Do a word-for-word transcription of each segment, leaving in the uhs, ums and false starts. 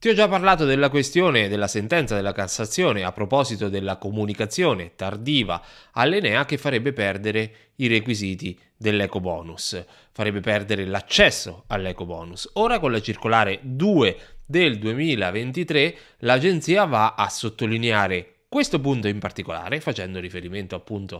Ti ho già parlato della questione della sentenza della Cassazione a proposito della comunicazione tardiva all'Enea che farebbe perdere i requisiti dell'ecobonus, farebbe perdere l'accesso all'ecobonus. Ora con la circolare due del duemilaventitré l'agenzia va a sottolineare questo punto in particolare, facendo riferimento appunto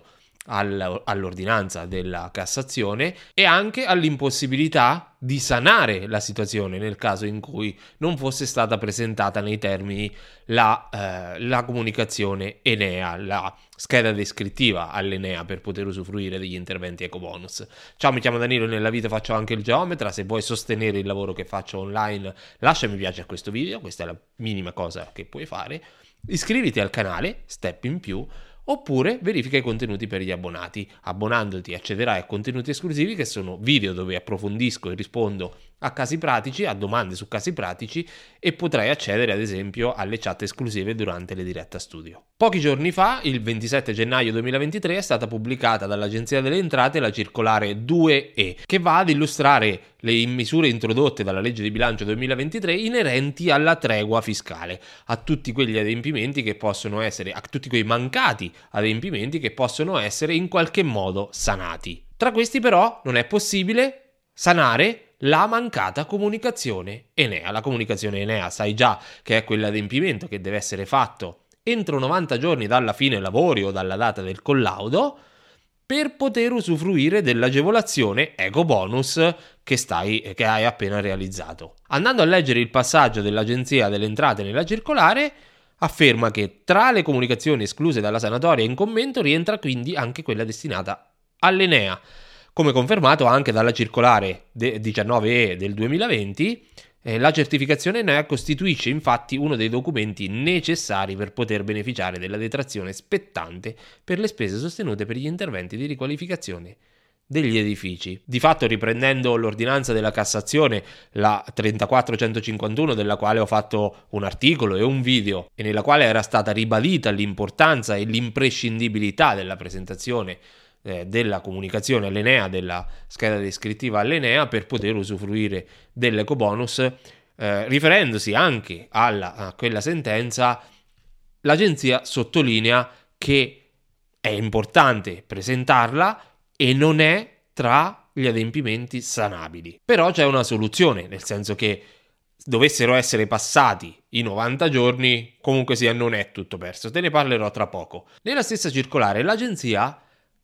all'ordinanza della Cassazione e anche all'impossibilità di sanare la situazione nel caso in cui non fosse stata presentata nei termini la, eh, la comunicazione Enea, la scheda descrittiva all'Enea per poter usufruire degli interventi ecobonus. Ciao, mi chiamo Danilo e nella vita faccio anche il geometra. Se vuoi sostenere il lavoro che faccio online, lascia mi piace a questo video, questa è la minima cosa che puoi fare. Iscriviti al canale, step in più, oppure verifica i contenuti per gli abbonati. Abbonandoti accederai a contenuti esclusivi che sono video dove approfondisco e rispondo a casi pratici, a domande su casi pratici, e potrai accedere ad esempio alle chat esclusive durante le dirette studio. Pochi giorni fa, il ventisette gennaio duemilaventitré, è stata pubblicata dall'Agenzia delle Entrate la circolare due E che va ad illustrare le misure introdotte dalla legge di bilancio duemilaventitré inerenti alla tregua fiscale, a tutti quegli adempimenti che possono essere, a tutti quei mancati adempimenti che possono essere in qualche modo sanati. Tra questi però non è possibile sanare la mancata comunicazione Enea. La comunicazione Enea sai già che è quell'adempimento che deve essere fatto entro novanta giorni dalla fine lavori o dalla data del collaudo per poter usufruire dell'agevolazione ecobonus che, stai, che hai appena realizzato. Andando a leggere il passaggio dell'Agenzia delle Entrate nella circolare, afferma che tra le comunicazioni escluse dalla sanatoria in commento rientra quindi anche quella destinata all'Enea, come confermato anche dalla circolare diciannove E del duemilaventi. Eh, la certificazione Enea costituisce infatti uno dei documenti necessari per poter beneficiare della detrazione spettante per le spese sostenute per gli interventi di riqualificazione degli edifici. Di fatto, riprendendo l'ordinanza della Cassazione, la trentaquattrocentocinquantuno, della quale ho fatto un articolo e un video e nella quale era stata ribadita l'importanza e l'imprescindibilità della presentazione eh, della comunicazione all'Enea, della scheda descrittiva all'Enea per poter usufruire dell'ecobonus, eh, riferendosi anche alla, a quella sentenza, l'agenzia sottolinea che è importante presentarla e non è tra gli adempimenti sanabili. Però c'è una soluzione, nel senso che dovessero essere passati i novanta giorni, comunque sia non è tutto perso. Te ne parlerò tra poco. Nella stessa circolare l'agenzia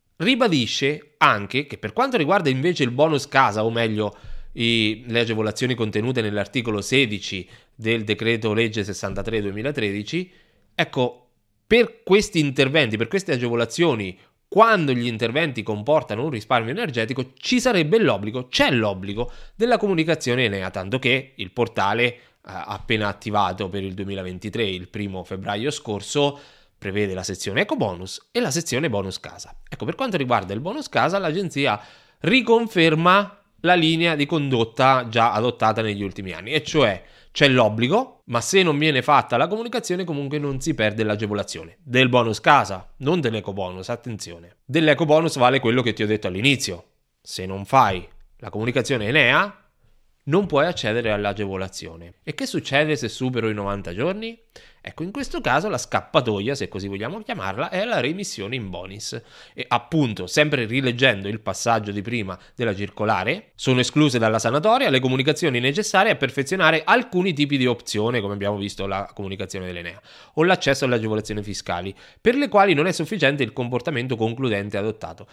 ribadisce anche che per quanto riguarda invece il bonus casa, o meglio i, le agevolazioni contenute nell'articolo sedici del decreto legge sessantatré duemilatredici, ecco, per questi interventi, per queste agevolazioni, quando gli interventi comportano un risparmio energetico, ci sarebbe l'obbligo, c'è l'obbligo della comunicazione Enea, tanto che il portale eh, appena attivato per il duemilaventitré, il primo febbraio scorso, prevede la sezione ecobonus e la sezione bonus casa. Ecco, per quanto riguarda il bonus casa, l'agenzia riconferma la linea di condotta già adottata negli ultimi anni, e cioè c'è l'obbligo, ma se non viene fatta la comunicazione comunque non si perde l'agevolazione. Del bonus casa, non dell'ecobonus, attenzione. Dell'ecobonus vale quello che ti ho detto all'inizio. Se non fai la comunicazione Enea, non puoi accedere all'agevolazione. E che succede se supero i novanta giorni? Ecco, in questo caso la scappatoia, se così vogliamo chiamarla, è la remissione in bonis. E appunto, sempre rileggendo il passaggio di prima della circolare, sono escluse dalla sanatoria le comunicazioni necessarie a perfezionare alcuni tipi di opzione, come abbiamo visto la comunicazione dell'Enea, o l'accesso alle agevolazioni fiscali, per le quali non è sufficiente il comportamento concludente adottato.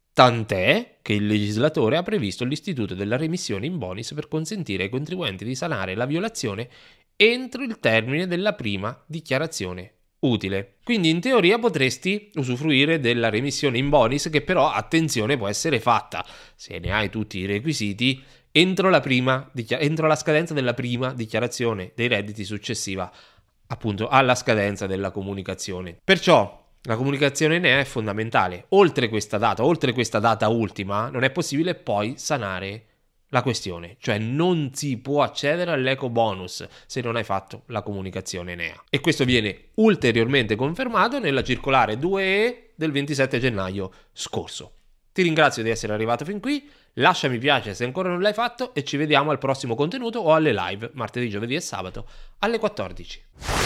Tant'è che il legislatore ha previsto l'istituto della remissione in bonis per consentire ai contribuenti di sanare la violazione entro il termine della prima dichiarazione utile. Quindi in teoria potresti usufruire della remissione in bonis, che però, attenzione, può essere fatta, se ne hai tutti i requisiti, entro la, prima, entro la scadenza della prima dichiarazione dei redditi successiva appunto alla scadenza della comunicazione. Perciò la comunicazione Enea è fondamentale. Oltre questa data, oltre questa data ultima, non è possibile poi sanare la questione, cioè non si può accedere all'ecobonus se non hai fatto la comunicazione Enea. E questo viene ulteriormente confermato nella circolare due E del ventisette gennaio scorso. Ti ringrazio di essere arrivato fin qui, lascia mi piace se ancora non l'hai fatto e ci vediamo al prossimo contenuto o alle live martedì, giovedì e sabato alle quattordici.